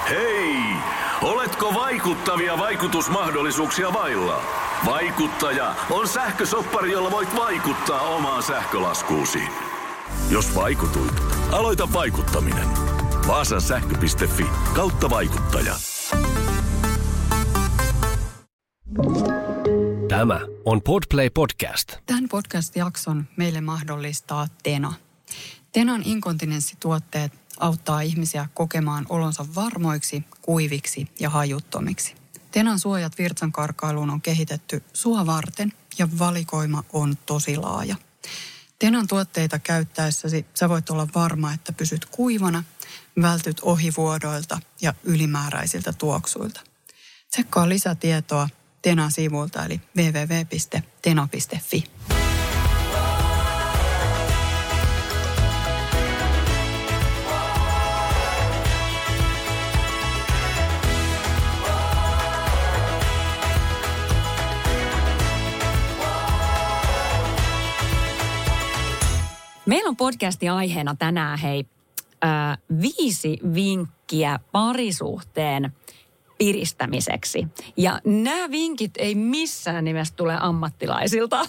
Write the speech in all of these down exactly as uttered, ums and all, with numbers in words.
Hei! Oletko vaikuttavia vaikutusmahdollisuuksia vailla? Vaikuttaja on sähkösoppari, jolla voit vaikuttaa omaan sähkölaskuusi. Jos vaikutuit, aloita vaikuttaminen. Vaasan sähkö piste fi kautta vaikuttaja. Tämä on Podplay Podcast. Tämän podcast-jakson meille mahdollistaa Tena. Tenan inkontinenssituotteet auttaa ihmisiä kokemaan olonsa varmoiksi, kuiviksi ja hajuttomiksi. Tenan suojat virtsankarkailuun on kehitetty sua varten ja valikoima on tosi laaja. Tenan tuotteita käyttäessäsi sä voit olla varma, että pysyt kuivana, vältyt ohivuodoilta ja ylimääräisiltä tuoksuilta. Tsekkaa lisätietoa Tenan sivuilta eli double-u double-u double-u piste tena piste fi. Meillä on podcastin aiheena tänään, hei, äh, viisi vinkkiä parisuhteen piristämiseksi. Ja nämä vinkit ei missään nimessä tule ammattilaisilta,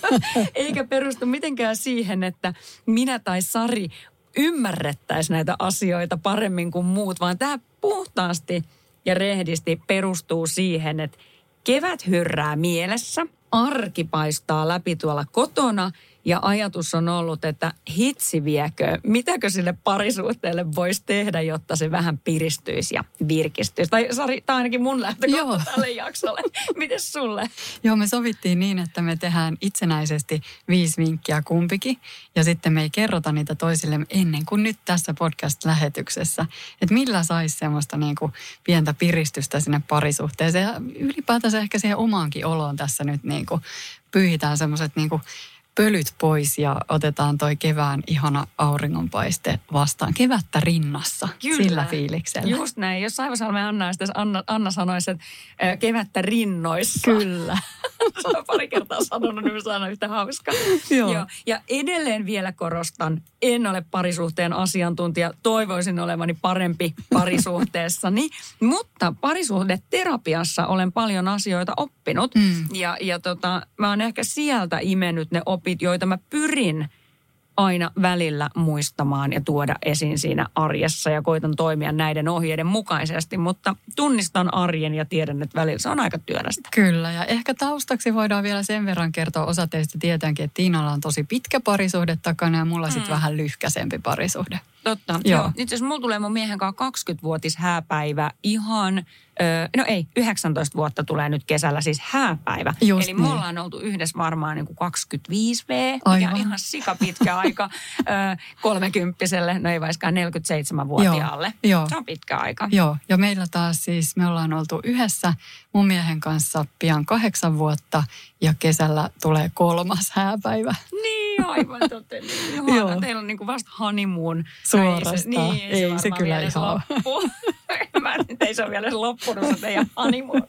eikä perustu mitenkään siihen, että minä tai Sari ymmärrettäisiin näitä asioita paremmin kuin muut, vaan tämä puhtaasti ja rehdisti perustuu siihen, että kevät hyrrää mielessä, arki paistaa läpi tuolla kotona ja ajatus on ollut, että hitsi viekö, mitäkö sille parisuhteelle voisi tehdä, jotta se vähän piristyisi ja virkistyisi. Tai Sari, tämä on ainakin mun lähtökohta tälle jaksolle. Mites sulle? Joo, me sovittiin niin, että me tehdään itsenäisesti viisi vinkkiä kumpikin. Ja sitten me ei kerrota niitä toisille ennen kuin nyt tässä podcast-lähetyksessä. Että millä saisi semmoista niin kuin pientä piristystä sinne parisuhteeseen. Ja ylipäätänsä ehkä siihen omaankin oloon tässä nyt niin kuin pyyhitään semmoiset niin kuin pölyt pois ja otetaan toi kevään ihana auringonpaiste vastaan. Kevättä rinnassa, Kyllä. Sillä fiiliksellä. Just näin. Jos Saivosalmen Anna, Anna, Anna sanoisi, että ä, kevättä rinnoissa. Kyllä. Se on pari kertaa sanonut, niin se on yhtä hauska. Joo. Joo. Ja edelleen vielä korostan, en ole parisuhteen asiantuntija. Toivoisin olevani parempi parisuhteessani. Mutta parisuhdeterapiassa olen paljon asioita oppinut. Mm. Ja, ja tota, mä oon ehkä sieltä imennyt ne opit, joita mä pyrin aina välillä muistamaan ja tuoda esiin siinä arjessa ja koitan toimia näiden ohjeiden mukaisesti, mutta tunnistan arjen ja tiedän, että välillä se on aika työlästä. Kyllä, ja ehkä taustaksi voidaan vielä sen verran kertoa, osa teistä tietääkin, että Tiinalla on tosi pitkä parisuhde takana ja mulla mm. sitten vähän lyhkäsempi parisuhde. Totta, joo. joo. Nyt jos mulla tulee mun miehen kanssa kaksikymmentävuotis hääpäivä ihan, öö, no ei, yhdeksäntoista vuotta tulee nyt kesällä siis hääpäivä. Just Eli niin. me ollaan oltu yhdessä varmaan niin kuin kaksikymmentäviisi vuotta, mikä Aivan. on ihan sikapitkä aika öö, kolmekymppiselle, no ei vaiskaan neljäkymmentäseitsemän-vuotiaalle. Joo. Se on pitkä aika. Joo, ja meillä taas siis, me ollaan oltu yhdessä mun miehen kanssa pian kahdeksan vuotta ja kesällä tulee kolmas hääpäivä. Niin, aivan totta. Niin, Joo. Teillä on niin kuin vasta honeymoon. Suorastaan. Niin, ei, ei se, se kyllä ihan loppu. Mä nyt ei se ole vielä loppunut se teidän honeymoon.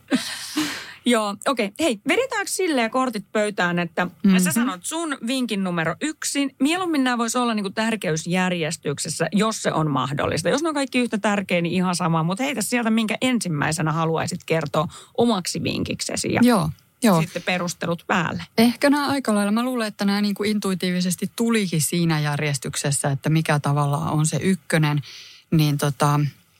Joo, okei. Okay. Hei, vedetäänkö silleen kortit pöytään, että mm-hmm. sä sanot sun vinkin numero yksi. Mieluummin nämä voisi olla niinku tärkeysjärjestyksessä, jos se on mahdollista. Jos ne on kaikki yhtä tärkeä, niin ihan sama. Mutta heitä sieltä, minkä ensimmäisenä haluaisit kertoa omaksi vinkiksesi ja Joo. Joo. sitten perustelut päälle. Ehkä nämä aika lailla, mä luulen, että nämä niin kuin intuitiivisesti tulikin siinä järjestyksessä, että mikä tavallaan on se ykkönen, niin tota,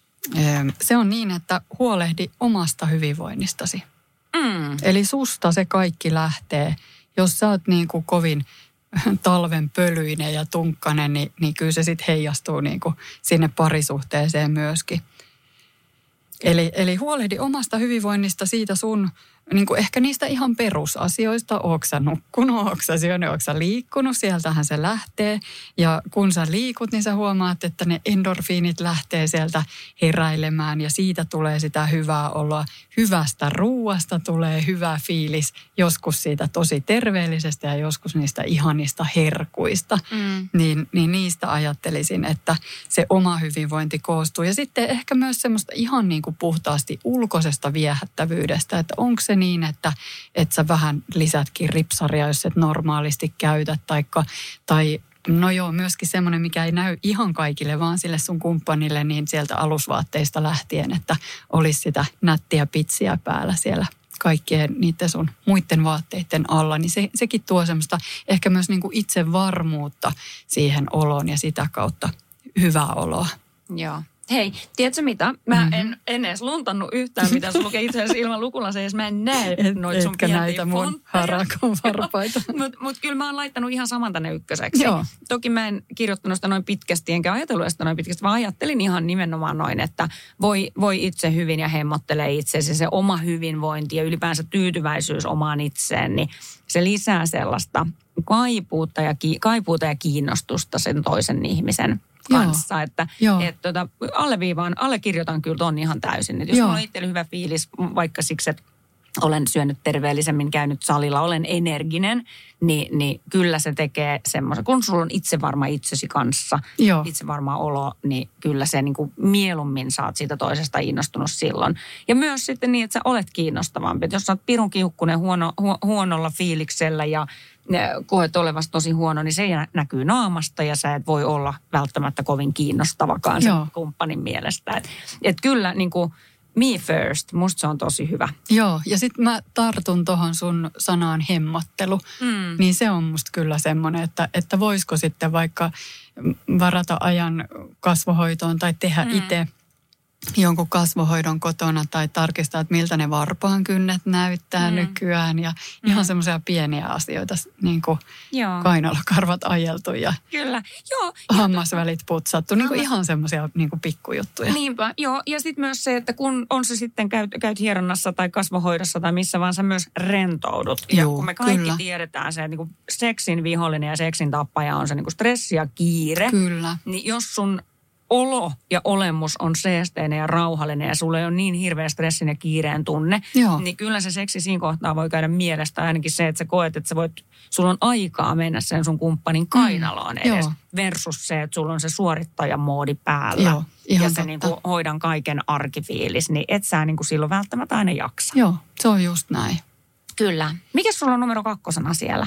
se on niin, että huolehdi omasta hyvinvoinnistasi. Mm. Eli susta se kaikki lähtee. Jos sä oot niin kuin kovin talven pölyinen ja tunkkanen, niin, niin kyllä se sitten heijastuu niin kuin sinne parisuhteeseen myöskin. Eli, eli huolehdi omasta hyvinvoinnista, siitä sun, niin kuin ehkä niistä ihan perusasioista. Ootko sä nukkunut, ootko sä syönyt, ootko sä liikkunut, sieltähän se lähtee. Ja kun sä liikut, niin sä huomaat, että ne endorfiinit lähtee sieltä heräilemään ja siitä tulee sitä hyvää oloa. Hyvästä ruuasta tulee hyvä fiilis, joskus siitä tosi terveellisestä ja joskus niistä ihanista herkuista. Mm. Niin, niin niistä ajattelisin, että se oma hyvinvointi koostuu. Ja sitten ehkä myös semmoista ihan niin kuin puhtaasti ulkoisesta viehättävyydestä, että onko se niin, että, että sä vähän lisätkin ripsaria, jos et normaalisti käytä, taikka, tai no joo, myöskin semmoinen, mikä ei näy ihan kaikille, vaan sille sun kumppanille, niin sieltä alusvaatteista lähtien, että olisi sitä nättiä pitsiä päällä siellä kaikkien niiden sun muiden vaatteiden alla, niin se, sekin tuo semmoista ehkä myös niin kuin itsevarmuutta siihen oloon ja sitä kautta hyvää oloa. Joo. Hei, tiedätkö mitä? Mä mm-hmm. en, en edes luntannut yhtään, mitä se lukee itse asiassa ilman lukulaseja, mä en näe Et, noita sun pieniä näitä mun harakon varpaita. Mutta mut kyllä mä oon laittanut ihan saman tänne ykköseksi. Joo. Toki mä en kirjoittanut sitä noin pitkästi, enkä ajatellut sitä noin pitkästi, vaan ajattelin ihan nimenomaan noin, että voi, voi itse hyvin ja hemmottelee itsesi. Se oma hyvinvointi ja ylipäänsä tyytyväisyys omaan itseen, niin se lisää sellaista kaipuuta ja, kaipuuta ja kiinnostusta sen toisen ihmisen kanssa, Joo. että et, tota, alleviivaan, allekirjoitan kyllä ton ihan täysin. Et jos Joo. mulla on itsellä hyvä fiilis, vaikka siksi, että olen syönyt terveellisemmin, käynyt salilla, olen energinen, niin, niin kyllä se tekee semmoisen, kun sulla on itsevarma itsesi kanssa, Joo. itsevarma olo, niin kyllä se niin kuin mieluummin saat siitä toisesta innostunut silloin. Ja myös sitten niin, että sä olet kiinnostavampi. Että jos sä oot pirun kiukkunen huono, hu, huonolla fiiliksellä ja koet olevasi tosi huono, niin se näkyy naamasta ja sä et voi olla välttämättä kovin kiinnostavakaan sen kumppanin mielestä. Että et kyllä niin kuin me first, musta se on tosi hyvä. Joo, ja sitten mä tartun tohon sun sanaan hemmottelu. Mm. Niin se on musta kyllä semmoinen, että, että voisiko sitten vaikka varata ajan kasvohoitoon tai tehdä mm. itse jonkun kasvohoidon kotona tai tarkistaa, että miltä ne varpaan kynnet näyttää mm. nykyään. Ja mm. ihan semmoisia pieniä asioita, niin kuin Joo. kainalokarvat ajeltu ja Kyllä. Joo. hammasvälit putsattu. Niin kuin ihan semmoisia niin kuin pikkujuttuja. Niinpä, joo. Ja sitten myös se, että kun on se sitten käyt, käyt hieronnassa tai kasvohoidossa tai missä vaan sä myös rentoudut. Ja joo, kun me kaikki kyllä. tiedetään se, että niin kuin seksin vihollinen ja seksin tappaja on se niin kuin stressi ja kiire. Kyllä. Niin jos sun olo ja olemus on seesteinen ja rauhallinen ja sulla ei ole niin hirveä stressin ja kiireen tunne, Joo. niin kyllä se seksi siinä kohtaa voi käydä mielestä ainakin se, että sä koet, että sä voit, sulla on aikaa mennä sen sun kumppanin kainaloon mm. edes, Joo. versus se, että sulla on se suorittajamoodi päällä Joo, ihan ja se niin kuin hoidan kaiken arkifiilis, niin et sä niin kuin silloin välttämättä aina jaksa. Joo, se on just näin. Kyllä. Mikä sulla on numero kakkosena siellä?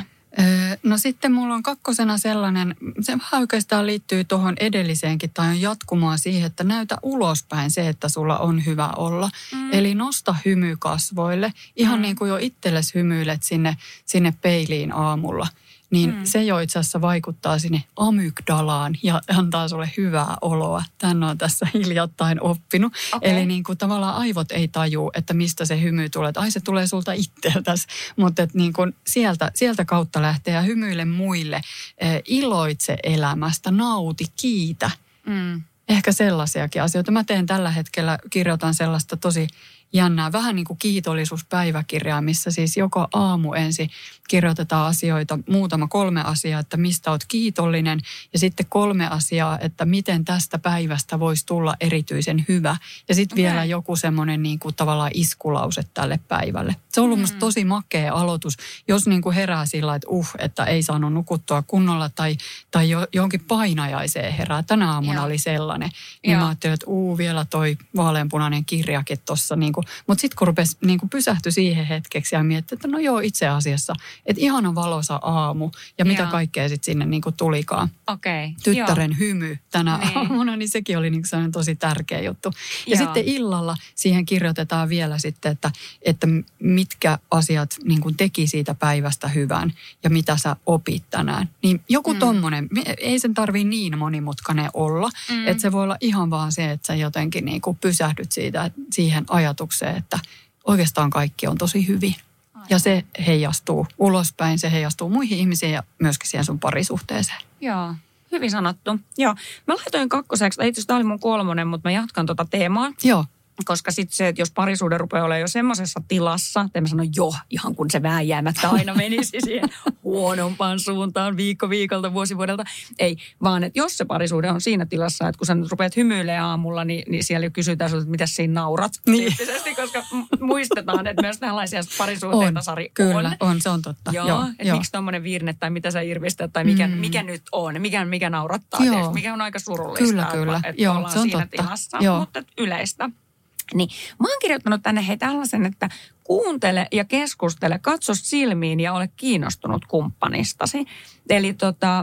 No sitten mulla on kakkosena sellainen, se vähän oikeastaan liittyy tuohon edelliseenkin tai on jatkumaan siihen, että näytä ulospäin se, että sulla on hyvä olla. Mm. Eli nosta hymy kasvoille, ihan mm. niin kuin jo itsellesi hymyilet sinne, sinne peiliin aamulla. Niin mm. se jo itse asiassa vaikuttaa sinne amygdalaan ja antaa sulle hyvää oloa. Tän on tässä hiljattain oppinut. Okay. Eli niin kuin tavallaan aivot ei tajuu, että mistä se hymy tulee. Ai se tulee sulta itseltäsi, mutta niin kuin sieltä, sieltä kautta lähtee ja hymyile muille. Eh, iloitse elämästä, nauti, kiitä. Mm. Ehkä sellaisiakin asioita. Mä teen tällä hetkellä, kirjoitan sellaista tosi jännää, vähän niin kuin kiitollisuuspäiväkirjaa, missä siis joka aamu ensin kirjoitetaan asioita, muutama kolme asiaa, että mistä olet kiitollinen ja sitten kolme asiaa, että miten tästä päivästä voisi tulla erityisen hyvä. Ja sitten okay. vielä joku semmoinen niin kuin tavallaan iskulause tälle päivälle. Se on ollut mm. musta tosi makea aloitus, jos niin kuin herää sillä, että uh, että ei saanut nukuttua kunnolla tai, tai jo, johonkin painajaiseen herää. Tänä aamuna Joo. oli sellainen. Niin Joo. mä ajattelin, että uu, vielä toi vaaleanpunainen kirjakin tuossa. Niin mutta sitten kun rupesi niin kuin pysähtyi siihen hetkeksi ja mietti, että no joo, itse asiassa, että ihana valoisa aamu ja mitä Joo. kaikkea sitten sinne niin kuin tulikaan. Okay. Tyttären Joo. hymy tänä niin. aamuna, niin sekin oli niin kuin sellainen tosi tärkeä juttu. Ja Joo. sitten illalla siihen kirjoitetaan vielä sitten, että, että mitkä asiat niin kuin teki siitä päivästä hyvän ja mitä sä opit tänään. Niin joku mm. tommonen, ei sen tarvii niin monimutkainen olla, mm. että se voi olla ihan vaan se, että sä jotenkin niin kuin pysähdyt siitä, siihen ajatukseen, että oikeastaan kaikki on tosi hyvin. Aivan. Ja se heijastuu ulospäin, se heijastuu muihin ihmisiin ja myöskin siihen sun parisuhteeseen. Joo, hyvin sanottu. Joo, mä laitoin kakkoseksi, itse asiassa tämä oli mun kolmonen, mutta mä jatkan tuota teemaa. Joo. Koska sitten se, että jos parisuhde rupeaa olemaan jo semmoisessa tilassa, että mä sanon jo, ihan kun se vääjäämättä aina menisi siihen huonompaan suuntaan viikko viikolta, vuosi vuodelta. Ei, vaan että jos se parisuhde on siinä tilassa, että kun sä nyt rupeat hymyilemään aamulla, niin, niin siellä jo kysytään sulta, että mitä siinä naurat. Niin. Koska muistetaan, että myös tällaisia parisuhteita, Sari, on. Kyllä, on, se on totta. Joo, joo että miksi tommoinen virne tai mitä sä irvistät tai mikä, mm. mikä nyt on, mikä, mikä naurattaa, teeksi, mikä on aika surullista. Kyllä, kyllä. Että joo, ollaan se on siinä totta. tilassa, joo. mutta yleistä. Niin, mä oon kirjoittanut tänne hei tällaisen, että kuuntele ja keskustele, katso silmiin ja ole kiinnostunut kumppanistasi. Eli tota,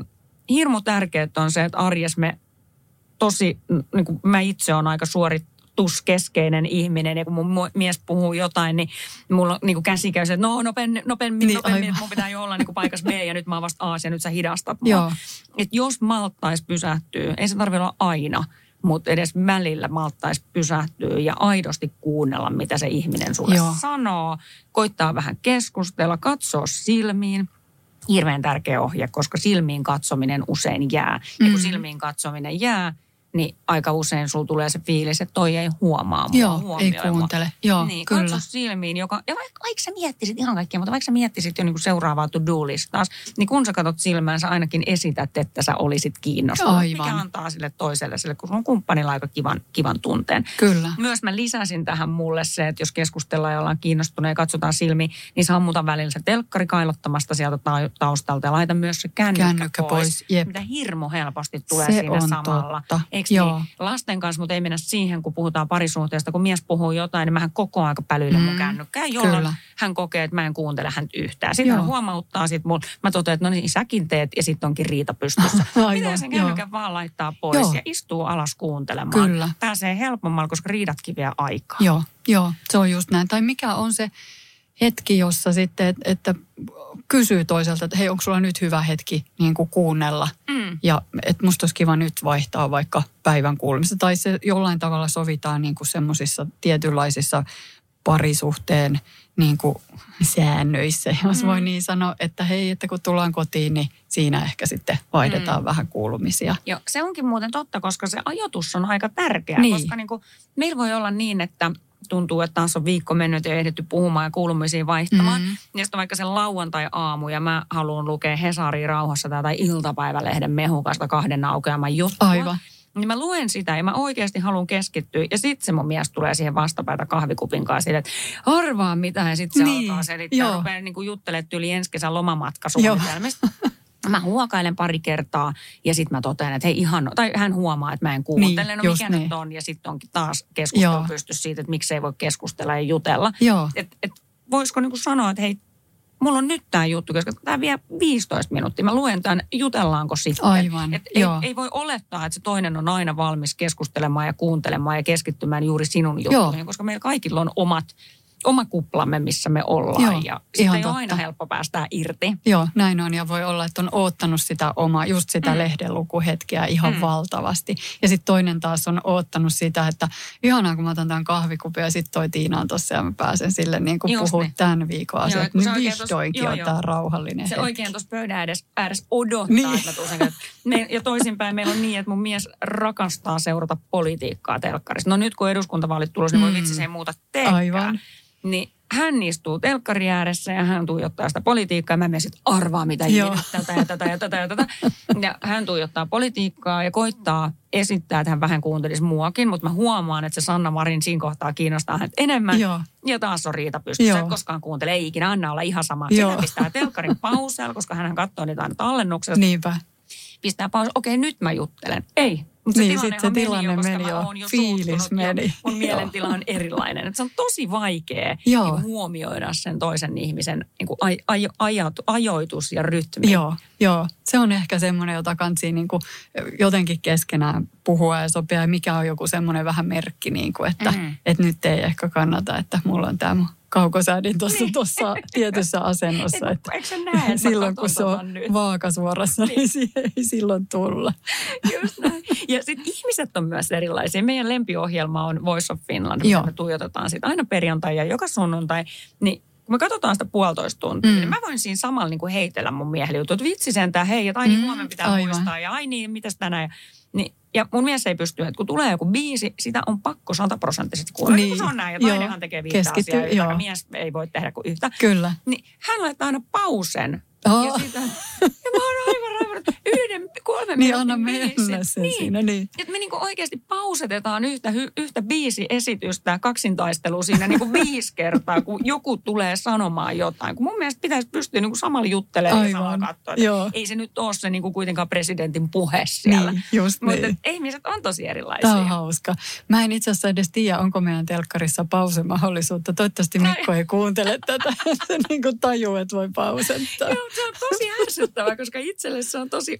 hirmu tärkeää on se, että arjessa me tosi, niin kuin mä itse olen aika suorituskeskeinen ihminen, ja kun mun mies puhuu jotain, niin mulla on niin kuin käsi käy se, että no nopeammin, nopeammin, niin, nopeammin, mun pitää jo olla niin kuin paikassa B, ja nyt mä oon vasta A, ja nyt sä hidastat mua. Että jos malttaisi pysähtyä, ei se tarvitse olla aina, mutta edes välillä malttaisi pysähtyä ja aidosti kuunnella, mitä se ihminen sulle Joo. sanoo. Koittaa vähän keskustella, katsoa silmiin. Hirveän tärkeä ohje, koska silmiin katsominen usein jää. Ja kun mm. silmiin katsominen jää, niin aika usein sulla tulee se fiilis, että toi ei huomaa mua, Joo, huomioi ei kuuntele. Joo, niin, kyllä. katso silmiin, joka, ja vaikka, vaikka sä miettisit ihan kaikkea, mutta vaikka sä miettisit jo niin kuin seuraavaa to-do-listaa, niin kun sä katsot silmään, sä ainakin esität, että sä olisit kiinnostunut. Aivan. Mikä antaa sille toiselle, sille, kun sun on kumppanilla aika kivan, kivan tunteen. Kyllä. Myös mä lisäsin tähän mulle se, että jos keskustellaan ja ollaan kiinnostunut ja katsotaan silmiin, niin sammuta välillä se telkkari kailottamasta sieltä taustalta ja laita myös se kännykkä, kännykkä pois. pois. Jep. Mitä hirmu helposti tulee se siinä on samalla. Totta. Eikö niin? Lasten kanssa, mutta ei mennä siihen, kun puhutaan parisuhteesta. Kun mies puhuu jotain, niin mähän koko aika pälyilen mm, mun kännykkään, jolloin kyllä. hän kokee, että mä en kuuntele häntä yhtään. Sitten Joo. hän huomauttaa, sit mun, mä totean, että no niin, säkin teet, ja sitten onkin riita pystyssä. Miten sen kännykän vaan laittaa pois Joo. ja istuu alas kuuntelemaan. Kyllä. Pääsee helpommalla, koska riidatkin vie aikaa. Joo, Joo, se on just näin. Tai mikä on se hetki, jossa sitten, että, että kysyy toiselta, että hei, onko sulla nyt hyvä hetki niin kuin kuunnella? Mm. Ja että musta olisi kiva nyt vaihtaa vaikka päivän kuulemista. Tai se jollain tavalla sovitaan niin kuin semmoisissa tietynlaisissa parisuhteen niin kuin säännöissä, jos mm. voi niin sanoa, että hei, että kun tullaan kotiin, niin siinä ehkä sitten vaihdetaan mm. vähän kuulumisia. Joo, se onkin muuten totta, koska se ajoitus on aika tärkeä, niin. koska niin kuin, meillä voi olla niin, että tuntuu, että taas on viikko mennyt ja ehditty puhumaan ja kuulumisiin vaihtamaan. Mm-hmm. Ja sitten vaikka sen lauantai-aamu ja mä haluan lukea Hesaria rauhassa tai iltapäivälehden mehukasta kahden aukeaman juttua. Aivan. Niin mä luen sitä ja mä oikeasti haluan keskittyä. Ja sitten se mun mies tulee siihen vastapäätä kahvikupin kanssa sille, että arvaa mitä. Ja sitten se niin, alkaa selittää, joo. rupeaa niin kuin juttelemaan tyyli ensi kesän lomamatkasuunnitelmista. Mä huokailen pari kertaa ja sitten mä totean, että hei ihan, tai hän huomaa, että mä en kuuntele, niin, no mikä niin. nyt on. Ja sitten onkin taas keskustelu pysty siitä, että miksei voi keskustella ja jutella. Että et, voisiko niin kuin sanoa, että hei, mulla on nyt tämä juttu, koska tämä vie viisitoista minuuttia. Mä luen tämän, jutellaanko sitten. Aivan, et ei, ei voi olettaa, että se toinen on aina valmis keskustelemaan ja kuuntelemaan ja keskittymään juuri sinun juttuihin, koska meillä kaikilla on omat oma kuplamme, missä me ollaan. Joo, ja sitä ei ole aina helppo päästää irti. Joo, näin on. Ja voi olla, että on oottanut sitä omaa, just sitä mm. lehdenlukuhetkeä ihan mm. valtavasti. Ja sitten toinen taas on oottanut sitä, että ihanaa, kun mä otan tämän kahvikupin ja sitten toi Tiina on tossa ja mä pääsen sille niin kuin puhua niin. tämän viikon asiat. Nyt vihdoinkin tos, on joo, tämä rauhallinen Se hetki. oikein tuossa pöydän edes, ääressä odottaa, niin. että mä tuun sen, me, ja toisinpäin meillä on niin, että mun mies rakastaa seurata politiikkaa telkkarissa. No nyt kun eduskuntavaalit tulossa, niin voi vitsi se ei muuta teekään. Aivan. Niin hän istuu telkkari ääressä ja hän tuijottaa sitä politiikkaa. Mä menen sitten arvaa, mitä ikinä tätä ja tätä ja tätä ja tätä. Ja hän tuijottaa politiikkaa ja koittaa esittää, että hän vähän kuuntelisi muakin. Mutta mä huomaan, että se Sanna Marin siinä kohtaa kiinnostaa häntä enemmän. Joo. Ja taas on riita pystyssä. Et koskaan kuuntele, ei ikinä anna olla ihan sama. Sitten pistää telkkarin pausella, koska hän katsoo niitä aina tallennuksesta. Niinpä. Pistää pausella. Okei, nyt mä juttelen. Ei. Mutta niin, sitten se tilanne meni jo, jo fiilis meni. Mun mielentila on erilainen. Et se on tosi vaikea niin huomioida sen toisen ihmisen niin kuin aj, aj, ajatu, ajoitus ja rytmi. Joo, joo, se on ehkä semmoinen, jota kansi niin kuin jotenkin keskenään puhua ja sopia. Ja mikä on joku semmoinen vähän merkki, niin kuin, että mm. et nyt ei ehkä kannata, että mulla on tämä kaukosäädin tuossa niin. tietyssä asennossa. Että eikö sä näe, että silloin kun se on nyt vaakasuorassa, niin, niin siihen ei silloin tulla. Just näin. Ja sitten ihmiset on myös erilaisia. Meidän lempiohjelma on Voice of Finland, mitä me tuijotetaan siitä aina perjantai ja joka sunnuntai. Niin kun me katsotaan sitä puolitoista tuntia, mm. niin mä voin siinä samalla niin kuin heitellä mun miehelle juttu, että vitsi sentään, hei, että ai niin, huomenna pitää Aivan. muistaa ja ai niin, mitäs tänään. Ja, niin, ja mun mies ei pysty, että kun tulee joku biisi, sitä on pakko sataprosenttisesti kuulla. Niin, se on näin, ja toinenhan tekee viittä asiaa, joka mies ei voi tehdä kuin yhtä. Kyllä. Niin hän laittaa aina pausen. Oh. Ja, sitä, ja mä oon aivan raivanut yhden, kolmen niin, anna mennä sen niin. siinä, niin. Että me niinku oikeasti pausetetaan yhtä, yhtä biisiesitystä, kaksintaistelua siinä niinku viisi kertaa, kun joku tulee sanomaan jotain. Kun mun mielestä pitäisi pystyä niinku samalla juttelemaan Aivan. ja samalla katsoa. Ei se nyt ole se niinku kuitenkaan presidentin puhe siellä. Niin, just Mutta niin. ihmiset on tosi erilaisia. Tämä on hauska. Mä en itse asiassa edes tiedä, onko meidän telkkarissa pausemahdollisuutta. Toivottavasti Mikko ei kuuntele tätä. Se niinku tajuu, että voi pausettaa. Joo, se on tosi ärsyttävää, koska itselle se on tosi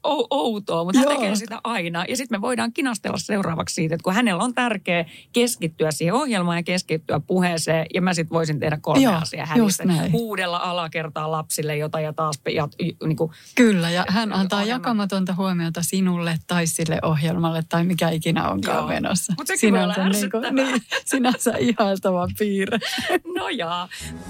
ou- outoa, mutta hän tekee sitä aina. Ja sitten me voidaan kinastella seuraavaksi siitä, että kun hänellä on tärkeää keskittyä siihen ohjelmaan ja keskittyä puheeseen, ja mä sitten voisin tehdä kolme Joo, asiaa hänistä. Huudella alakertaa lapsille jotain ja taas... Ja, niin kuin, Kyllä, ja hän antaa ohjelma. jakamatonta huomiota sinulle tai sille ohjelmalle tai mikä ikinä onkaan Joo. menossa. Mutta sekin voi olla ärsyttävää. Niin, niin, sinänsä ihailtava piirre. No jaa.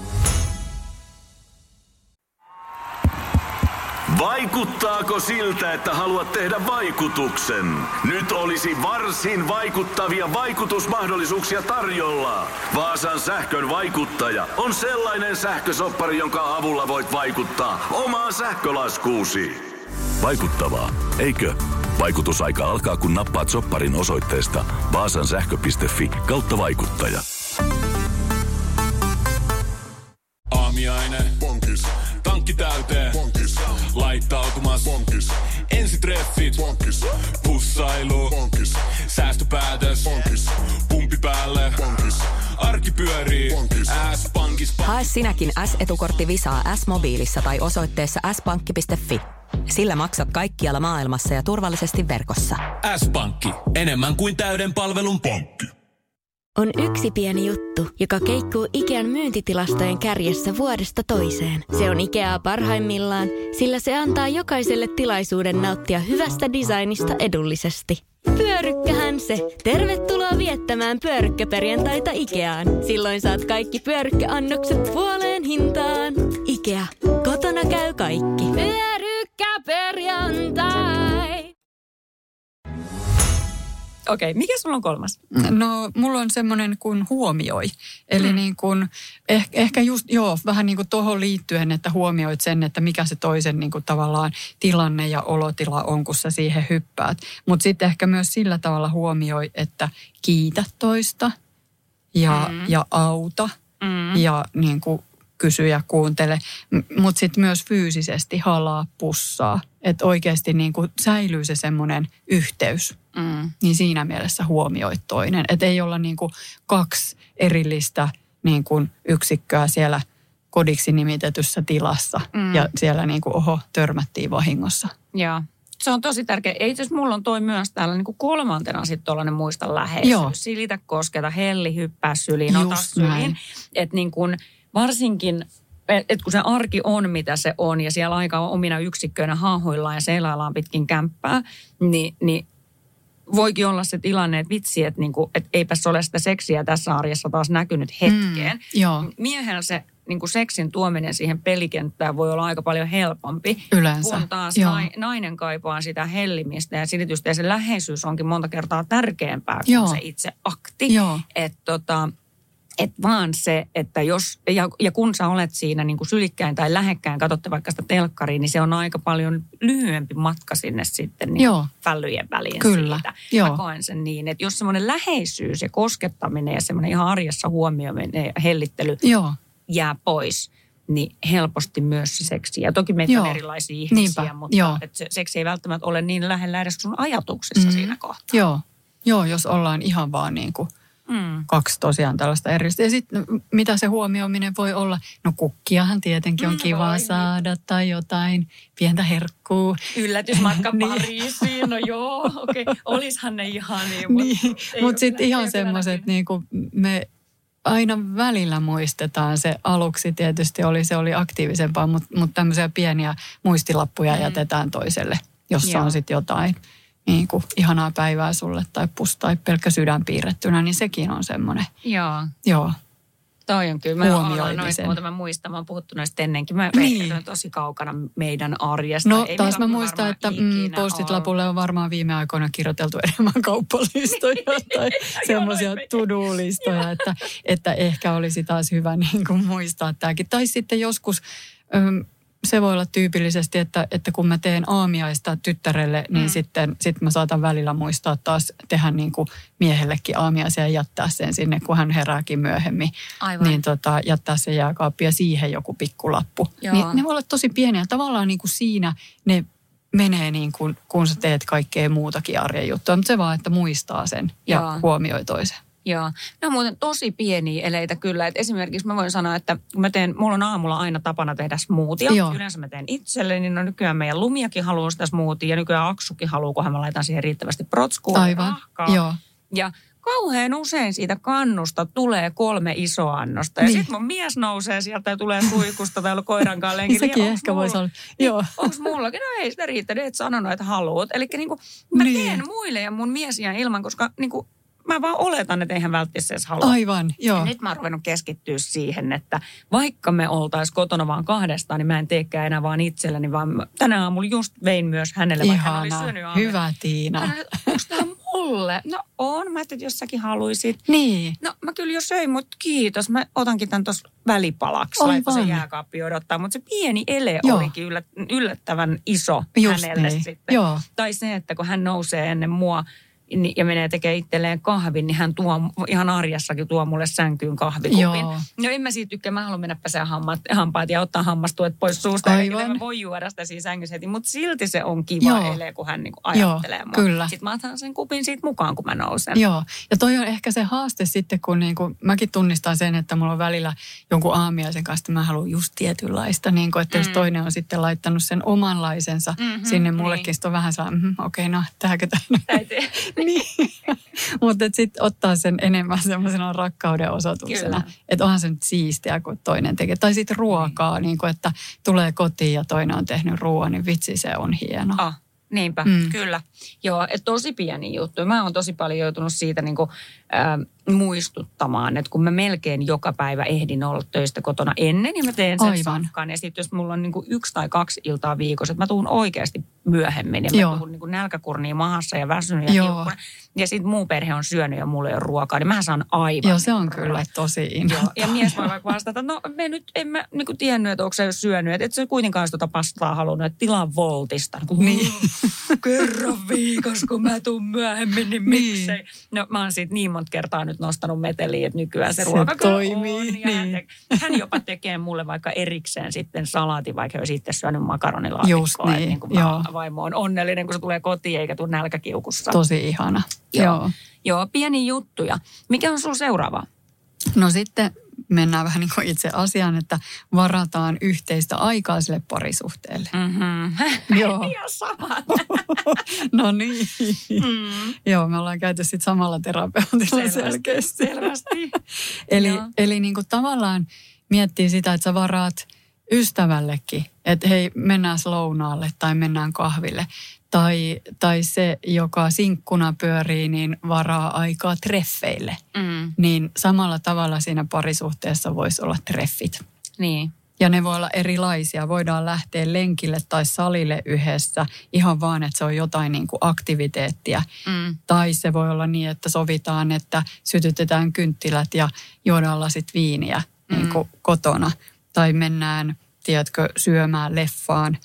Vaikuttaako siltä, että haluat tehdä vaikutuksen? Nyt olisi varsin vaikuttavia vaikutusmahdollisuuksia tarjolla. Vaasan sähkön vaikuttaja on sellainen sähkösoppari, jonka avulla voit vaikuttaa omaan sähkölaskuusi. Vaikuttavaa, eikö? Vaikutusaika alkaa, kun nappaat sopparin osoitteesta vaasansähkö piste fi kautta vaikuttaja. Aamiaine. Bonkis. Tankki täyteen. Bonkis. Laittautumas. Bonkis. Ensitreffit. Bonkis. Pussailu. Bonkis. Säästöpäätös. Bonkis. Pumpi päälle. Bonkis. Arki pyörii. Bonkis. S-pankis. Hae sinäkin S-etukortti Visaa S-mobiilissa tai osoitteessa s pankki piste fi. Sillä maksat kaikkialla maailmassa ja turvallisesti verkossa. S-pankki. Enemmän kuin täyden palvelun pankki. On yksi pieni juttu, joka keikkuu Ikean myyntitilastojen kärjessä vuodesta toiseen. Se on Ikeaa parhaimmillaan, sillä se antaa jokaiselle tilaisuuden nauttia hyvästä designista edullisesti. Pyörykkähän se! Tervetuloa viettämään pyörykkäperjantaita Ikeaan. Silloin saat kaikki pyörykkäannokset puoleen hintaan. Ikea. Kotona käy kaikki. Pyörykkäperjantai! Okei, mikä sulla on kolmas? No, mulla on semmoinen kuin huomioi. Eli mm. niin kuin, eh, ehkä just, joo, vähän niin kuin tuohon liittyen, että huomioit sen, että mikä se toisen niin kuin tavallaan tilanne ja olotila on, kun sä siihen hyppäät. Mutta sitten ehkä myös sillä tavalla huomioi, että kiitä toista ja, mm. ja auta mm. ja niin kuin kysy ja kuuntele. Mutta sitten myös fyysisesti halaa, pussaa. Että oikeasti niin kuin säilyy se semmoinen yhteys. Mm. Niin siinä mielessä huomioit toinen. Että ei olla niin kuin kaksi erillistä niin kuin yksikköä siellä kodiksi nimitetyssä tilassa. Mm. Ja siellä niin kuin, oho, törmättiin vahingossa. Joo. Se on tosi tärkeä. Itse asiassa mulla on toi myös täällä niin kuin kolmantena sitten tuollainen muista läheisyys. Joo. Silitä, kosketa, helli, hyppää syliin, ota syliin. Että niin kuin varsinkin... Että kun se arki on, mitä se on, ja siellä aika omina yksikköinä haahuillaan ja seilaillaan pitkin kämppää, niin, niin voikin olla se tilanne, että vitsi, että niinku, et eipäs ole sitä seksiä tässä arjessa taas näkynyt hetkeen. Mm, joo. Miehellä se niinku seksin tuominen siihen pelikenttään voi olla aika paljon helpompi. Yleensä. Kun taas na, nainen kaipaa sitä hellimistä ja silitystä, ja se läheisyys onkin monta kertaa tärkeämpää kuin joo. se itse akti. Että tota... Että vaan se, että jos, ja, ja kun sä olet siinä niin kuin sylikkäin tai lähekkäin, katsotte vaikka sitä telkkariin, niin se on aika paljon lyhyempi matka sinne sitten niin vällyjen väliin. Kyllä. Siitä. Joo. Mä koen sen niin, että jos semmoinen läheisyys ja koskettaminen ja semmoinen ihan arjessa huomioiminen ja hellittely Joo. jää pois, niin helposti myös se seksi. Ja toki meitä on erilaisia ihmisiä, Niinpä. mutta Joo. että se seksi ei välttämättä ole niin lähellä edes sun ajatuksissa mm. siinä kohtaa. Joo. Joo, jos ollaan ihan vaan niin kuin Mm. kaksi tosiaan tällaista erillistä. Ja sitten mitä se huomioiminen voi olla? No kukkiahan tietenkin on mm, kiva voi. saada tai jotain pientä herkkuu. Yllätysmatka Pariisiin, no joo, okei. Okay. Olishan ne ihania. Mutta niin, mut sitten ihan semmoiset, niin kuin me aina välillä muistetaan se. Aluksi tietysti oli, se oli aktiivisempaa, mutta mut tämmöisiä pieniä muistilappuja mm. jätetään toiselle, jossa joo. on sitten jotain. Niin kuin ihanaa päivää sulle tai pus tai pelkkä sydän piirrettynä, niin sekin on semmoinen. Joo. Joo. Toi on kyllä. Mä olen noista muuta, mä muistan, mä oon puhuttu noista ennenkin. Mä niin. on tosi kaukana meidän arjesta. No Ei taas mä muistan, että mm, postit-lapulle on varmaan viime aikoina kirjoiteltu enemmän kauppalistoja tai semmoisia to-do-listoja, että, että ehkä olisi taas hyvä niin kuin muistaa tämäkin. Tai sitten joskus... Öm, se voi olla tyypillisesti, että, että kun mä teen aamiaista tyttärelle, niin mm. sitten sit mä saatan välillä muistaa taas tehdä niin kuin miehellekin aamiaisia ja jättää sen sinne, kun hän herääkin myöhemmin. Aivan. Niin tota, jättää sen jääkaappi ja siihen joku pikkulappu. Niin ne voi olla tosi pieniä. Tavallaan niin kuin siinä ne menee niin kuin, kun sä teet kaikkea muutakin arjen juttua. Mutta se vaan, että muistaa sen ja Joo. huomioi toisen. Joo. Ne on muuten tosi pieniä eleitä kyllä. Et esimerkiksi mä voin sanoa, että kun mä teen, mulla on aamulla aina tapana tehdä smoothia. Joo. Yleensä mä teen itselleni, niin no nykyään meidän Lumiakin haluaa sitä smoothia ja nykyään Aksukin haluaa, kunhan mä laitan siihen riittävästi protskua. Aivan, joo. Ja kauhean usein siitä kannusta tulee kolme isoa annosta. Ja niin. Sitten mun mies nousee sieltä ja tulee suihkusta tai koirankaan lenkillä. Sekin ehkä mulla, voisi olla. Niin, joo. Onko mullakin? No ei sitä riittänyt, et sanonut, että haluat. Eli niin mä niin. teen muille ja mun mies jää ilman, koska niin kuin, mä vaan oletan, että eihän välttämättä edes halua. Aivan, joo. Ja nyt mä oon ruvennut keskittyä siihen, että vaikka me oltais kotona vaan kahdestaan, niin mä en teekään enää vaan itselleni, vaan tänä aamulla just vein myös hänelle, vaikka hän oli syönyt aamulla. Hyvä Tiina. Onko tämä mulle? No on, mä ajattelin, että jos säkin haluisit. Niin. No mä kyllä jo söin, mutta kiitos. Mä otankin tämän tuossa välipalaksi, laitko sen jääkaappiin odottaa. Mutta se pieni ele Joo. olikin yllättävän iso just hänelle niin. sitten. Joo. Tai se, että kun hän nousee ennen mua, ja menee tekemään itselleen kahvin, niin hän tuo ihan arjessakin tuo mulle sänkyyn kahvikupin. Joo. No en mä siitä tykkää, mä haluan mennä pesää hammaat, hampaat ja ottaa hammastuet pois suusta. Aivan. Mä voi juoda sitä siinä sängyssä heti, mutta silti se on kiva Joo. ele, kun hän niinku ajattelee Joo, mua. Kyllä. Sitten mä otan sen kupin siitä mukaan, kun mä nousen. Joo, ja toi on ehkä se haaste sitten, kun niinku, mäkin tunnistan sen, että mulla on välillä jonkun aamiaisen kanssa, että mä haluan just tietynlaista, niin kuin, että mm. jos toinen on sitten laittanut sen omanlaisensa mm-hmm, sinne mullekin, niin. Sitten on vähän sellainen, mm, okei, okay, no, tähänkö tämä niin, mutta sitten ottaa sen enemmän semmoisena rakkauden osoituksena. Että onhan se nyt siistiä, kun toinen tekee. Tai sitten ruokaa, niin kuin, että tulee kotiin ja toinen on tehnyt ruoan, niin vitsi se on hieno. Oh, niinpä, mm. kyllä. Joo, että tosi pieni juttu. Mä oon tosi paljon joutunut siitä niin kuin, äh, muistuttamaan, että kun mä melkein joka päivä ehdin olla töistä kotona ennen ja mä teen sen safkan. Ja sitten jos mulla on niin kuin yksi tai kaksi iltaa viikossa, että mä tuun oikeasti myöhemmin ja Joo. mä tuun niin kuin nälkäkurnia mahassa ja väsynyt ja kiukkuna. Ja sitten muu perhe on syönyt ja mulla ei ole ruokaa, niin mä saan aivan. Joo, se on kyllä tosi inhottavaa. Ja mies voi vaikka vastata, no me nyt en mä niin kuin tiennyt, että onko se jo syönyt, että et se kuitenkaan olisi tuota pastaa halunnut, että tilaa Voltista. Niin. Kerran viikossa, kun mä tuun myöhemmin, niin miksei. Niin. No mä oon siitä niin monta kertaa nyt nostanut meteliin, että nykyään se, se ruoka toimii. On. Ja niin. hän, te, hän jopa tekee mulle vaikka erikseen sitten salaatin, vaikka olisi itse syönyt makaronilaatikkoa. Just niin, että niin kuin vaimo on onnellinen, kun se tulee kotiin eikä tule nälkäkiukussa. Tosi ihana. Joo. Joo. Joo, pieniä juttuja. Mikä on sulla seuraava? No sitten mennään vähän niin kuin itse asiaan, että varataan yhteistä aikaa sille parisuhteelle. Mm-hmm. Joo. Ihan sama. No niin. Mm. Joo, me ollaan käyty sitten samalla terapeutilla selvästi. selkeästi. Selvästi. eli eli niin kuin tavallaan miettii sitä, että sä varaat ystävällekin, että hei, mennään lounaalle tai mennään kahville. Tai, tai se, joka sinkkuna pyörii, niin varaa aikaa treffeille. Mm. Niin samalla tavalla siinä parisuhteessa voisi olla treffit. Niin. Ja ne voi olla erilaisia. Voidaan lähteä lenkille tai salille yhdessä ihan vaan, että se on jotain niin kuin aktiviteettia. Mm. Tai se voi olla niin, että sovitaan, että sytytetään kynttilät ja juodaan lasit viiniä mm. niin kuin kotona. Tai mennään, tiedätkö, syömään leffaan,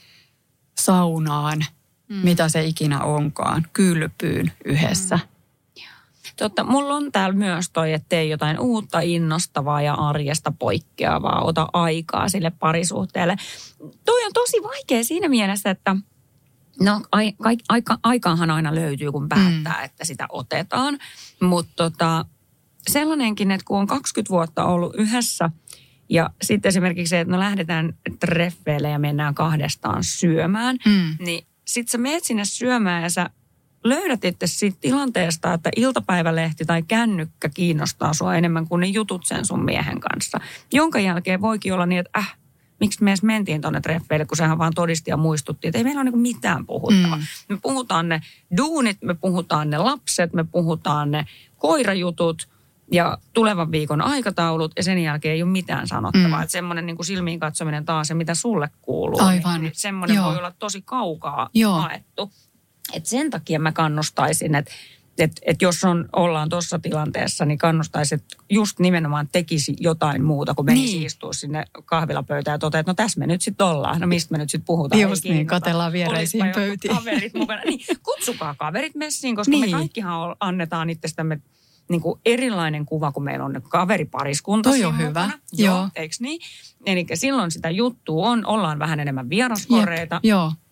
saunaan. Mm. Mitä se ikinä onkaan, kylpyyn yhdessä. Mm. Totta, mulla on täällä myös toi, että tee jotain uutta, innostavaa ja arjesta poikkeavaa. Ota aikaa sille parisuhteelle. Toi on tosi vaikea siinä mielessä, että no ai, aika, aikaanhan aina löytyy, kun päättää, mm. että sitä otetaan. Mutta tota, sellainenkin, että kun on kaksikymmentä vuotta ollut yhdessä ja sitten esimerkiksi se, että no lähdetään treffeille ja mennään kahdestaan syömään, mm. niin sitten sä meet sinne syömään ja sä löydät itse siitä tilanteesta, että iltapäivälehti tai kännykkä kiinnostaa sua enemmän kuin ne jutut sen sun miehen kanssa. Jonka jälkeen voikin olla niin, että äh, miksi me edes mentiin tuonne treffeille, kun sehän vaan todisti ja muistutti, että ei meillä ole niinku mitään puhuttavaa. Mm. Me puhutaan ne duunit, me puhutaan ne lapset, me puhutaan ne koirajutut ja tulevan viikon aikataulut ja sen jälkeen ei ole mitään sanottavaa. Mm. Että semmoinen niin kuin silmiin katsominen taas se, mitä sulle kuuluu. Aivan. Niin semmoinen Joo. voi olla tosi kaukaa Joo. haettu. Et sen takia mä kannustaisin, että et, et jos on, ollaan tuossa tilanteessa, niin kannustaisin, että just nimenomaan tekisi jotain muuta, kun menisi niin. istua sinne kahvilapöytään ja toteaa, että no tässä me nyt sitten ollaan. No mistä me nyt sitten puhutaan? Just niin, katellaan viereisiin pöytiin. Kaverit mukana. Niin, kutsukaa kaverit messiin, koska niin. me kaikkihan annetaan itsestämme niin kuin erilainen kuva, kun meillä on kaveripariskunta. Toi on hyvä. Joo, Joo. Eikö niin? Eli silloin sitä juttua on, ollaan vähän enemmän vieraskoreita. Joo.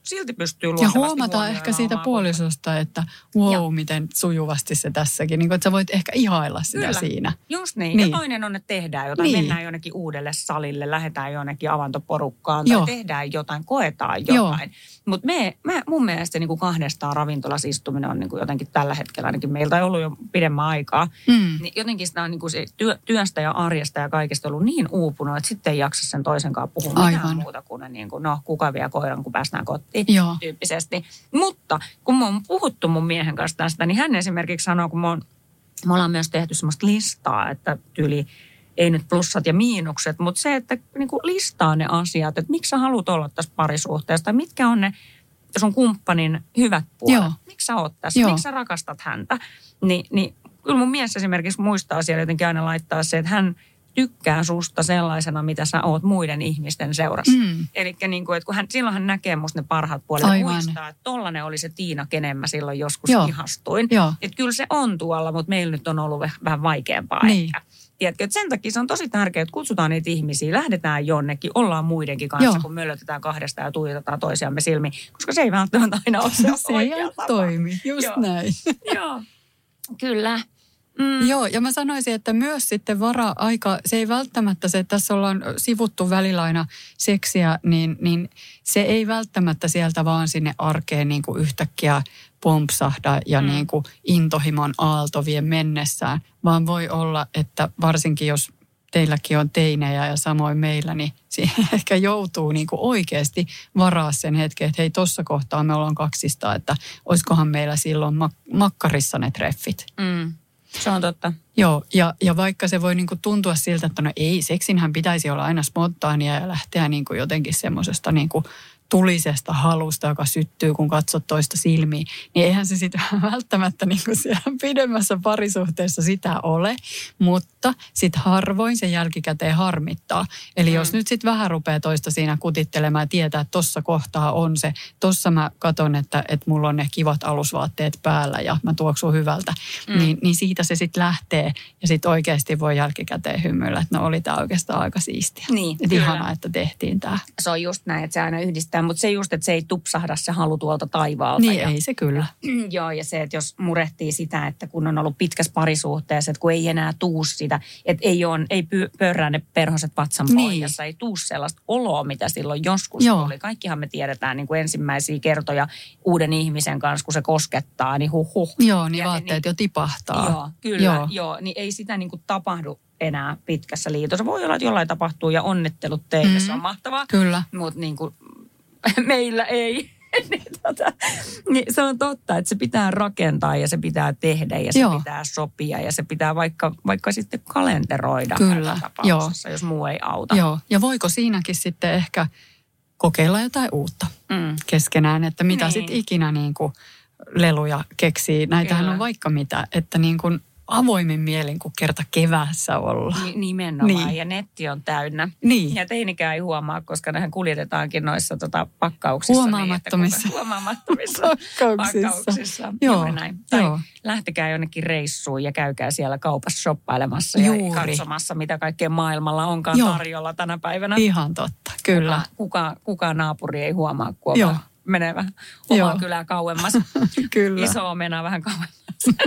silti pystyy Ja luontevasti huomataan ehkä siitä omaa puolisosta, että wow, Joo. miten sujuvasti se tässäkin. Niin kuin, että sä voit ehkä ihailla sitä Kyllä. siinä. Just niin. Niin. Ja toinen on, että tehdään jotain. Niin. Mennään jonnekin uudelle salille, lähdetään jonnekin avantoporukkaan Joo. tai tehdään jotain, koetaan Joo. jotain. Mutta me, me, mun mielestä niin kuin kahdestaan ravintolassa istuminen on niin kuin jotenkin tällä hetkellä, ainakin meiltä on ollut jo pidemmän aikaa. Mm. Niin jotenkin sitä on niin kuin se työ, työstä ja arjesta ja kaikesta ollut niin uupunut, että sitten ei jaksa sen toisen kanssa puhua mitään Aivan. muuta kuin, niin kuin no kuka vie koiran, kun päästään kotiin Joo. tyyppisesti. Mutta kun me on puhuttu mun miehen kanssa tästä, niin hän esimerkiksi sanoo, kun me, on, me ollaan myös tehty semmoista listaa, että tyyli ei nyt plussat ja miinukset, mutta se, että niin kuin listaa ne asiat, että miksi sä haluat olla tässä parisuhteessa, tai mitkä on ne sun kumppanin hyvät puolet. Joo. Miksi sä oot tässä? Joo. Miksi sä rakastat häntä? Ni, niin kyllä mun mies esimerkiksi muistaa siellä jotenkin aina laittaa se, että hän tykkää susta sellaisena, mitä sä oot muiden ihmisten seurassa. Mm. Eli niin kuin, että kun hän, silloin hän näkee musta ne parhaat puolet. Aivan. Muistaa, että tollainen oli se Tiina, kenen mä silloin joskus Joo. ihastuin. Joo. Että kyllä se on tuolla, mutta meillä nyt on ollut vähän vaikeampaa Niin. ehkä. Tiedätkö, että sen takia se on tosi tärkeää, että kutsutaan niitä ihmisiä, lähdetään jonnekin, ollaan muidenkin kanssa, Joo. kun möllötetään kahdesta ja tuijotetaan toisiamme silmiin, koska se ei välttämättä aina ole se, Se ei oikea aina tapa. toimi, just Joo. näin. Joo, kyllä. Mm. Joo, ja mä sanoisin, että myös sitten vara-aika, se ei välttämättä se, että tässä ollaan sivuttu välillä aina seksiä, niin, niin se ei välttämättä sieltä vaan sinne arkeen niin kuin yhtäkkiä pompsahda ja Mm. niin kuin intohimon aalto vie mennessään, vaan voi olla, että varsinkin jos teilläkin on teinejä ja samoin meillä, niin siihen ehkä joutuu niin kuin oikeasti varaa sen hetken, että hei, tuossa kohtaa me ollaan kaksista, että olisikohan meillä silloin mak- makkarissa ne treffit. Mm. Se on totta. Joo, ja, ja vaikka se voi niinku tuntua siltä, että no ei, seksinhän pitäisi olla aina spontaania ja lähteä niinku jotenkin semmoisesta niinku tulisesta halusta, joka syttyy, kun katsot toista silmiin, niin eihän se sitten välttämättä niinku siellä pidemmässä parisuhteessa sitä ole, mutta sitten harvoin se jälkikäteen harmittaa. Eli mm. jos nyt sitten vähän rupeaa toista siinä kutittelemaan ja tietää, että tossa kohtaa on se, tossa mä katon, että, että mulla on ne kivat alusvaatteet päällä ja mä tuoksun hyvältä, mm. niin, niin siitä se sitten lähtee ja sitten oikeasti voi jälkikäteen hymyillä, että no oli tämä oikeastaan aika siistiä. Niin, että kyllä. ihanaa, että tehtiin tämä. Se on just näin, että se aina yhdistää, mutta se just, että se ei tupsahda se halu tuolta taivaalta. Niin ja, ei se kyllä. Joo, ja se, että jos murehtii sitä, että kun on ollut pitkässä parisuhteessa, että kun ei enää tuu sitä, että ei, on, ei py, pörrää ne perhoset vatsan Niin. pohjassa, ei tuu sellaista oloa, mitä silloin joskus Joo. tuli. Kaikkihan me tiedetään niin kuin ensimmäisiä kertoja uuden ihmisen kanssa, kun se koskettaa, niin huh huh. Joo, niin Ja- vaatteet niin- jo tipahtaa. Joo, kyllä, Joo. joo. joo. Niin ei sitä niin kuin tapahdu enää pitkässä liitossa. Voi olla, että jollain tapahtuu ja onnittelut teille, Mm. se on mahtavaa. Kyllä. Mutta niin kuin meillä ei. niin, tota, niin se on totta, että se pitää rakentaa ja se pitää tehdä ja se Joo. pitää sopia ja se pitää vaikka, vaikka sitten kalenteroida Kyllä, näissä tapauksessa, jos muu ei auta. Joo, ja voiko siinäkin sitten ehkä kokeilla jotain uutta Mm. keskenään, että mitä Niin. sitten ikinä niin kuin leluja keksii. Näitähän Kyllä. on vaikka mitä, että niin kuin avoimin mielin, kun kerta keväässä ollaan. Ni- Nimenomaan, Niin. ja netti on täynnä. Niin. Ja teinikään ei huomaa, koska nehän kuljetetaankin noissa tota, pakkauksissa. Huomaamattomissa. Niin, että kuka, huomaamattomissa Pakkauksissa. pakkauksissa. Joo, Juuri näin. Tai joo. lähtekää jonnekin reissuun ja käykää siellä kaupassa shoppailemassa ja Juuri. katsomassa, mitä kaikkea maailmalla onkaan Joo. tarjolla tänä päivänä. Ihan totta, kyllä. Kuka, kuka naapuri ei huomaa, kun Joo. on menee vähän omaa Joo. kylää kauemmas. Kyllä. Iso omena vähän kauemmas.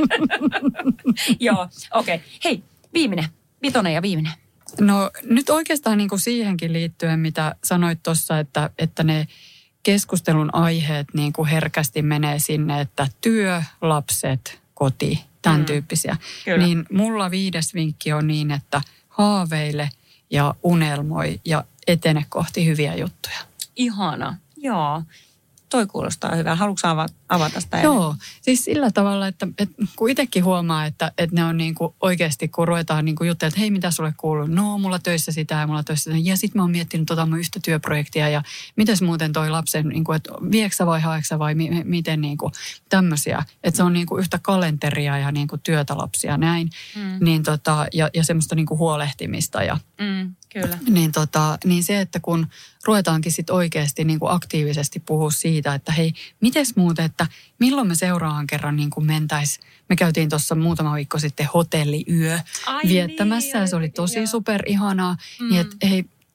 Joo, okei. Okay. Hei, viimeinen. Vitonen ja viimeinen. No nyt oikeastaan niin kuin siihenkin liittyen, mitä sanoit tuossa, että, että ne keskustelun aiheet niin kuin herkästi menee sinne, että työ, lapset, koti, tämän Mm. tyyppisiä. Kyllä. Niin mulla viides vinkki on niin, että haaveile ja unelmoi ja etene kohti hyviä juttuja. Ihana. Joo. Toi kuulostaa hyvää. Haluatko avata, avata sitä? Joo, siis sillä tavalla, että, että kun itsekin huomaa, että, että ne on niin kuin oikeasti, kun ruvetaan niin kuin juttelemaan, että hei, mitä sulle kuuluu? No, mulla töissä sitä ja mulla töissä sitä. Ja sitten mä oon miettinyt tota mun yhtä työprojektia ja mitäs muuten toi lapsen, niin kuin, että vieksä vai haeksä vai mi, miten niin kuin tämmöisiä. Että se on niin kuin yhtä kalenteria ja niin kuin työtä lapsia näin. Mm. Niin tota, ja, ja semmoista niin kuin huolehtimista ja Mm, kyllä. niin, tota, niin se, että kun ruvetaankin sit oikeasti niin kuin aktiivisesti puhua siitä, että hei, mites muuten, että milloin me seuraavan kerran niin kuin mentäisiin. Me käytiin tuossa muutama viikko sitten hotelliyö Ai viettämässä niin, ja se oli ai, tosi joo. superihanaa. Mm. Niin että hei,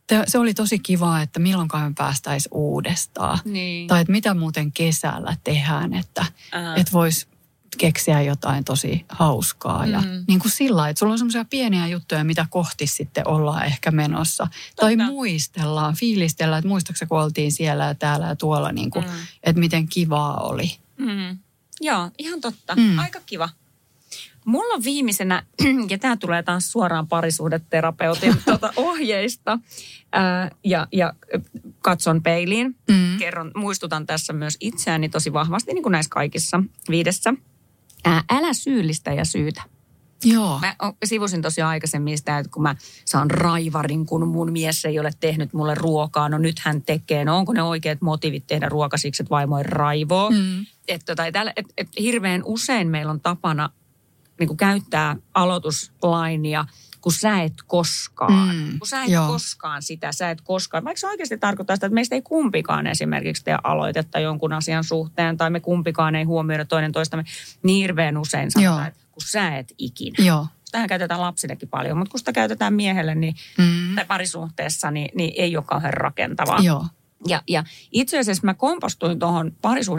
te, se oli tosi kiva, että milloinkaan me päästäisiin uudestaan. Niin. Tai että mitä muuten kesällä tehdään, että Ää. et voisi keksiä jotain tosi hauskaa. Ja Mm. niin kuin sillä lailla, että sulla on semmoisia pieniä juttuja, mitä kohti sitten ollaan ehkä menossa. Totta. Tai muistellaan, fiilistellään, että muistaakseni kun oltiin siellä ja täällä ja tuolla, niin kuin, Mm. että miten kivaa oli. Mm. Joo, ihan totta. Mm. Aika kiva. Mulla on viimeisenä, ja tämä tulee taas suoraan parisuhdeterapeutin tuota ohjeista, ää, ja, ja katson peiliin. Mm. Kerron, muistutan tässä myös itseäni tosi vahvasti, niin kuin näissä kaikissa viidessä. Ää, älä syyllistä ja syytä. Joo. Mä sivusin tosiaan aikaisemmin sitä, että kun mä saan raivarin, kun mun mies ei ole tehnyt mulle ruokaa, no nyt hän tekee. No onko ne oikeat motiivit tehdä ruoka siksi, että vaimo ei raivoo? Mm. Että tota, et, et, et hirveän usein meillä on tapana niin kuin käyttää aloituslainia, kun sä et koskaan. Mm, kun sä et joo. koskaan sitä, sä et koskaan. Vaikka se oikeasti tarkoittaa sitä, että meistä ei kumpikaan esimerkiksi tee aloitetta jonkun asian suhteen, tai me kumpikaan ei huomioida toinen toistamme, niin hirveän usein sanotaan, Joo. että kun sä et ikinä. Joo. Sitähän käytetään lapsillekin paljon, mutta kun sitä käytetään miehelle niin, Mm. tai parisuhteessa, niin, niin ei ole kauhean rakentavaa. Joo. Ja, ja itse asiassa mä kompostuin tuohon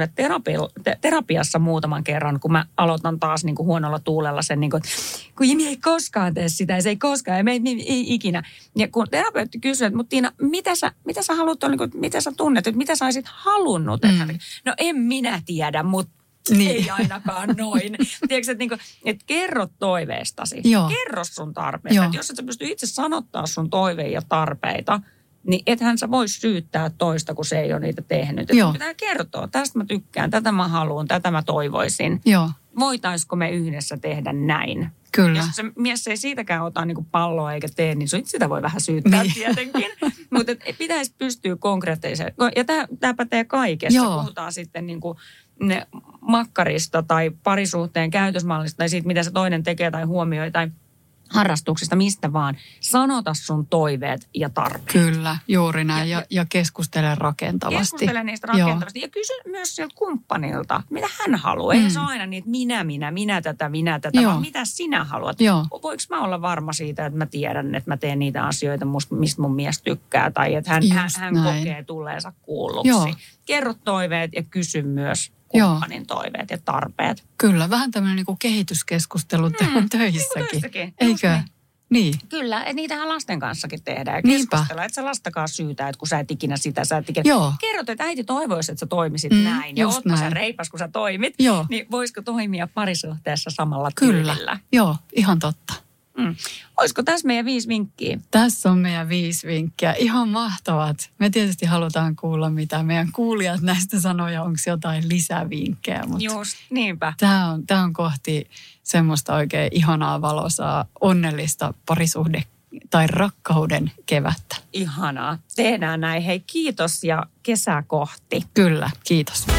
parisuhdeterapiassa muutaman kerran, kun mä aloitan taas niin kuin huonolla tuulella sen, niin kuin, että kun Jimi ei koskaan tee sitä, ja se ei koskaan, ja me ei, ei, ei ikinä. Ja kun terapeutti kysyi, että mutta Tiina, mitä sä, mitä sä haluat, niin kuin, mitä sä tunnet, että mitä sä olisit halunnut? Mm. Että, no en minä tiedä, mutta niin. Ei ainakaan noin. Tiedätkö, että, niinku, että kerro toiveestasi. Joo. Kerro sun tarpeista. Että jos et sä pysty itse sanottaa sun toiveita ja tarpeita, niin ethän sä voi syyttää toista, kun se ei ole niitä tehnyt. Että pitää kertoa, tästä mä tykkään, tätä mä haluan, tätä mä toivoisin. Joo. Voitaisiko me yhdessä tehdä näin? Kyllä. Jos se mies ei siitäkään ota niin kuin palloa eikä tee, niin sitä voi vähän syyttää niin. Tietenkin. Mutta pitäisi pystyä konkreettisesti. Ja tämä pätee kaikessa. Joo. Puhutaan sitten niin kuin ne makkarista tai parisuhteen käytösmallista tai siitä, mitä se toinen tekee tai huomioi tai harrastuksista, mistä vaan. Sanota sun toiveet ja tarpeet. Kyllä, juuri näin. Ja, ja, ja keskustele rakentavasti. Keskustele niistä rakentavasti. Joo. Ja kysy myös sieltä kumppanilta, mitä hän haluaa. Mm. Eihän se ole aina niin, että minä, minä, minä tätä, minä tätä, Joo. vaan mitä sinä haluat. Joo. Voinko mä olla varma siitä, että mä tiedän, että mä teen niitä asioita, mistä mun mies tykkää. Tai että hän, hän, hän kokee tulleensa kuulluksi. Joo. Kerro toiveet ja kysy myös kumppanin Joo. toiveet ja tarpeet. Kyllä, vähän tämmöinen niin kuin kehityskeskustelu mm, töissäkin. Niin eikö? Niin. niin. Kyllä, että niitähän lasten kanssakin tehdään ja keskustella. Että sä lastakaan syytä, että kun sä et ikinä sitä, sä et ikinä. Joo. Kerrot, että äiti toivoisi, että sä toimisit mm, näin. Ja ootko sä reipas, kun sä toimit. Joo. Niin voisiko toimia parisuhteessa samalla Kyllä. tyylillä? Joo, ihan totta. Mm. Olisiko tässä meidän viisi vinkkiä? Tässä on meidän viisi vinkkiä. Ihan mahtavat. Me tietysti halutaan kuulla, mitä meidän kuulijat näistä sanoo ja onko jotain lisävinkkejä. Just, niinpä. Tämä on, tämä on kohti semmoista oikein ihanaa, valoisaa, onnellista parisuhde- tai rakkauden kevättä. Ihanaa. Tehdään näin. Hei, kiitos ja kesää kohti. Kyllä, kiitos.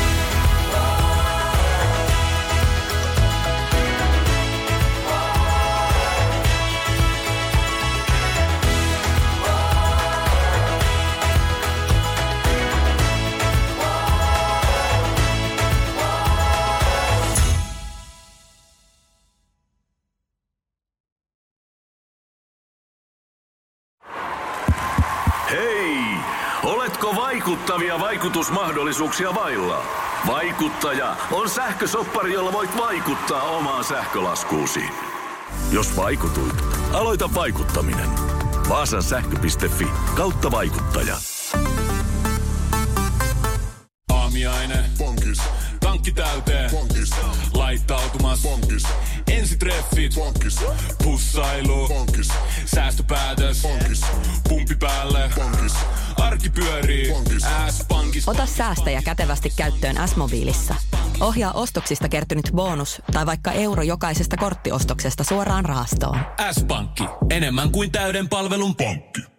Hei! Oletko vaikuttavia vaikutusmahdollisuuksia vailla? Vaikuttaja on sähkösoppari, jolla voit vaikuttaa omaan sähkölaskuusi. Jos vaikutuit, aloita vaikuttaminen. Vaasan sähkö piste fi kautta vaikuttaja. Aamiaine. Bonkis. Tankki täyteen. Bonkis. Laittautumas. Bonkis. Ensitreffit. Bonkis. Pussailu. Bonkis. Säästöpäätös. Bonkis. Pumpi päälle. Bonkis. Arki pyörii. S-pankis. Ota säästäjä kätevästi käyttöön S-mobiilissa. Ohjaa ostoksista kertynyt bonus tai vaikka euro jokaisesta korttiostoksesta suoraan rahastoon. S-pankki. Enemmän kuin täyden palvelun pankki.